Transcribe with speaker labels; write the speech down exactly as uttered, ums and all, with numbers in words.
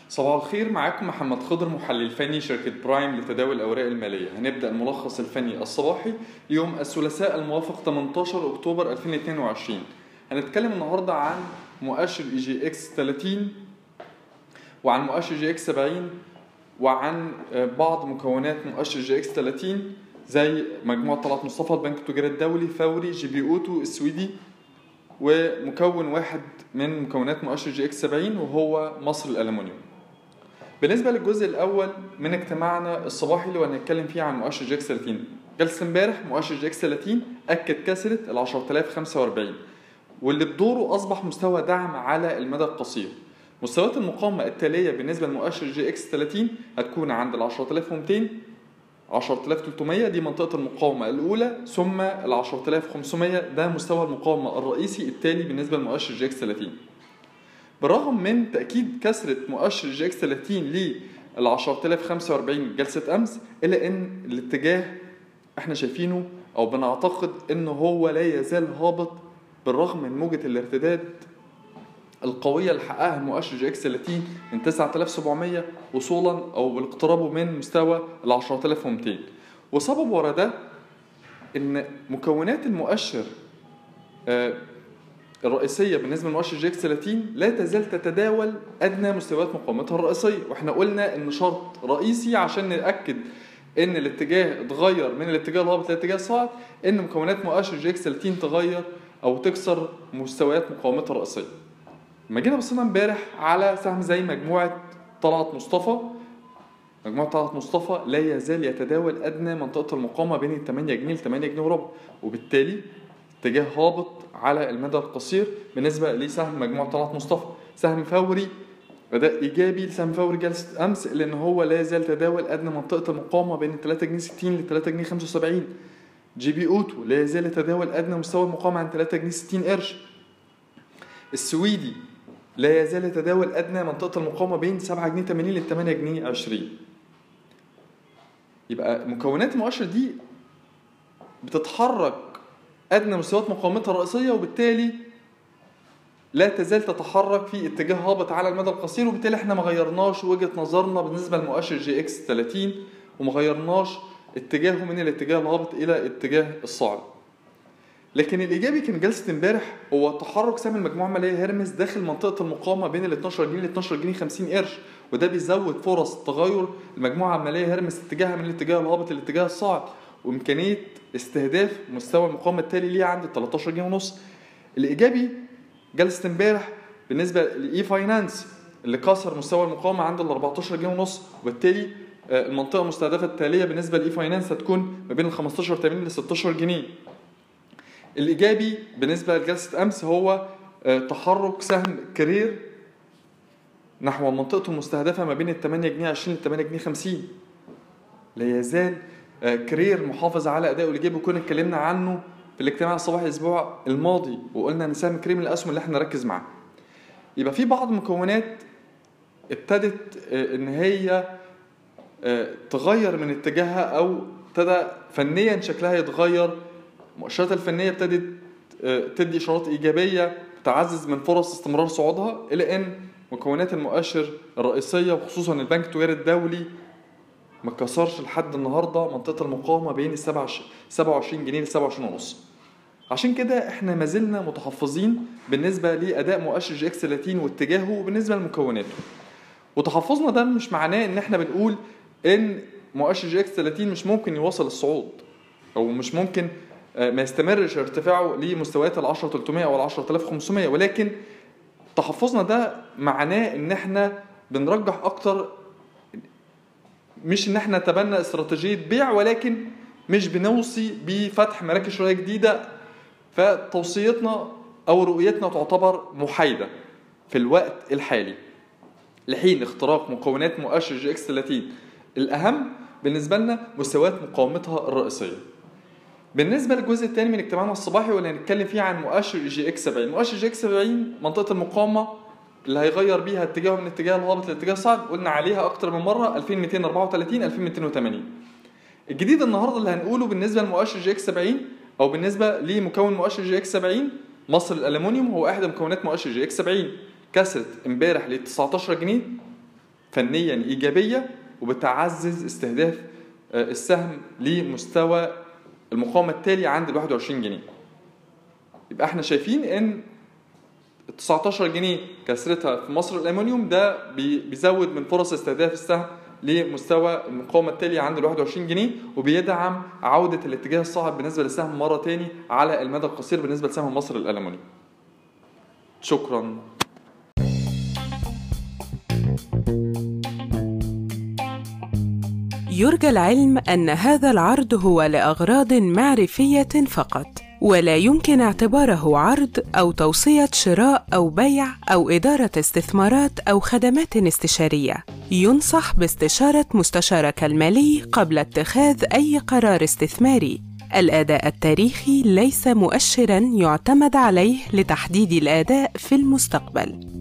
Speaker 1: صباح الخير، معاكم محمد خضر محلل فني شركة برايم لتداول الأوراق المالية. هنبدأ الملخص الفني الصباحي ليوم الثلاثاء الموافق ثمانية عشر أكتوبر ألفين واثنين وعشرين. هنتكلم النهاردة عن مؤشر اي جي اكس ثلاثين وعن مؤشر جي اكس سبعين وعن بعض مكونات مؤشر جي اكس ثلاثين زي مجموعة طلعت مصطفى، البنك التجاري الدولي، فوري، جي بي اوتو السويدي، ومكون واحد من مكونات مؤشر جي اكس سبعين وهو مصر الألمنيوم. بالنسبة للجزء الأول من اجتماعنا الصباحي اللي هنتكلم فيه عن مؤشر جي اكس ثلاثين، جلسة امبارح مؤشر جي اكس ثلاثين أكد كسرة ال عشرة آلاف وخمسة وأربعين واللي بدوره أصبح مستوى دعم على المدى القصير. مستويات المقاومة التالية بالنسبة لمؤشر جي اكس ثلاثين هتكون عند ال عشرة آلاف ومئتين، عشرة آلاف وثلاثمئة دي منطقة المقاومة الأولى، ثم ال عشرة آلاف وخمسمئة ده مستوى المقاومة الرئيسي التالي بالنسبة لمؤشر جي اكس ثلاثين. بالرغم من تأكيد كسرة مؤشر جي اكس ثلاثين لل عشرة آلاف وخمسة وأربعين جلسة أمس، إلا أن الاتجاه احنا شايفينه أو بنعتقد أنه هو لا يزال هابط بالرغم من موجة الارتداد القوية اللي حققها مؤشر جي اكس ثلاثين من تسعة آلاف وسبعمئة وصولا أو باقترابه من مستوى ال عشرة آلاف ومئتين. وسبب ورا ده أن مكونات المؤشر آه الرئيسية بالنسبة لمؤشر جي اكس ثلاثين لا تزال تتداول أدنى مستويات مقاومتها الرئيسية، واحنا قلنا إن شرط رئيسي عشان نأكد إن الاتجاه اتغير من الاتجاه الهابط للاتجاه الصاعد إن مكونات مؤشر جي اكس ثلاثين تغير أو تكسر مستويات مقاومتها الرئيسية. لما جينا بصينا امبارح على سهم زي مجموعة طلعت مصطفى، مجموعة طلعت مصطفى لا يزال يتداول أدنى منطقة المقاومة بين ثمانية جنيه ل ثمانية جنيه وربع، وبالتالي اتجاه هابط على المدى القصير بالنسبة لسهم مجموعة طلعت مصطفى. سهم فوري أداء إيجابي لسهم فوري جلسة أمس، لأن هو لا يزال تداول أدنى منطقة المقاومة بين ثلاثة جنيه ستين ل ثلاثة جنيه خمسة وسبعين. جي بي أوتو لا يزال يتداول أدنى مستوى المقاومة عن ثلاثة جنيه ستين قرش. السويدي لا يزال يتداول أدنى منطقة المقاومة بين سبعة جنيه ثمانين ل ثمانية جنيه عشرين. يبقى مكونات المؤشر دي بتتحرك أدنى مستويات مقاومتها الرئيسية، وبالتالي لا تزال تتحرك في اتجاه هابط على المدى القصير، وبالتالي احنا ما غيرناش وجهة نظرنا بالنسبة لمؤشر جي اكس ثلاثين وما غيرناش اتجاهه من الاتجاه الهابط إلى اتجاه الصاعد. لكن الإيجابي كان جلسة امبارح هو تحرك سهم المجموعة المالية هيرمس داخل منطقة المقاومة بين ال اثناشر جنيه ل اثناشر جنيه خمسين قرش، وده بيزود فرص تغير المجموعة المالية هيرمس اتجاهها من الاتجاه الهابط للاتجاه الصاعد، وإمكانية استهداف مستوى المقاومة التالي ليه عند ثلاثة عشر جنيه ونص. الإيجابي جلسة امبارح بالنسبة لإي فاينانس اللي كسر مستوى المقاومة عند ال أربعة عشر جنيه ونص، وبالتالي المنطقة المستهدفة التالية بالنسبة لإي فاينانس هتكون ما بين ال خمسة عشر ثمانين ل ستة عشر جنيه. الإيجابي بالنسبة لجلسة أمس هو تحرك سهم كارير نحو منطقته المستهدفة ما بين ال ثمانية جنيه عشرين ل ثمانية جنيه خمسين. لا يزال كارير محافظ على أدائه الإيجابي، وكنا اتكلمنا عنه في الاجتماع الصباحي الأسبوع الماضي وقلنا إن سهم كارير من الأسهم اللي احنا نركز معاه. يبقى في بعض مكونات ابتدت إن هي تغير من اتجاهها أو ابتدى فنيا شكلها يتغير. المؤشرات الفنية ابتدت تدي إشارات إيجابية تعزز من فرص استمرار صعودها، إلى أن مكونات المؤشر الرئيسية وخصوصا البنك التجاري الدولي ما كسرش لحد النهاردة منطقة المقاومة بين سبعة وعشرين جنيه ل سبعة وعشرين ونص. عشان كده احنا ما زلنا متحفظين بالنسبة لأداء مؤشر جي اكس ثلاثين واتجاهه وبالنسبة لمكوناته. وتحفظنا ده مش معناه ان احنا بنقول ان مؤشر جي اكس ثلاثين مش ممكن يوصل الصعود او مش ممكن ما يستمرش ارتفاعه لمستويات ال عشرة آلاف وثلاثمئة او ال عشرة آلاف وخمسمئة، ولكن تحفظنا ده معناه ان احنا بنرجح اكتر، مش ان احنا نتبنى استراتيجية بيع، ولكن مش بنوصي بفتح مراكز شرائية جديدة. فتوصيتنا او رؤيتنا تعتبر محايدة في الوقت الحالي لحين اختراق مكونات مؤشر جي اكس ثلاثين. الاهم بالنسبة لنا مستويات مقاومتها الرئيسية. بالنسبة للجزء الثاني من اجتماعنا الصباحي واللي هنتكلم فيه عن مؤشر جي اكس سبعين، مؤشر جي اكس سبعين منطقة المقاومة اللي هيغير بيها اتجاهه من اتجاه الهابط لاتجاه الصاعد، قلنا عليها اكتر من مرة ألفين ومئتين وأربعة وثلاثين ألفين ومئتين وثمانين. الجديد النهارده اللي هنقوله بالنسبة لمؤشر جي اكس سبعين او بالنسبة لمكون مؤشر جي اكس سبعين، مصر الألمنيوم هو احد مكونات مؤشر جي اكس سبعين. كسرت امبارح ل تسعة عشر جنيه فنيا إيجابية وبتعزز استهداف السهم لمستوى المقاومة التالي عند الواحد وعشرين جنيه. يبقى احنا شايفين ان تسعتاشر جنيه كسرتها في مصر الألمنيوم ده بيزود من فرص استهداف السهم لمستوى المقاومة التالي عند الواحد وعشرين جنيه، وبيدعم عودة الاتجاه الصاعد بالنسبة للسهم مرة تاني على المدى القصير بالنسبة لسهم مصر الألمنيوم. شكرا.
Speaker 2: يرجى العلم أن هذا العرض هو لأغراض معرفية فقط، ولا يمكن اعتباره عرض أو توصية شراء أو بيع أو إدارة استثمارات أو خدمات استشارية. ينصح باستشارة مستشارك المالي قبل اتخاذ أي قرار استثماري. الأداء التاريخي ليس مؤشراً يعتمد عليه لتحديد الأداء في المستقبل.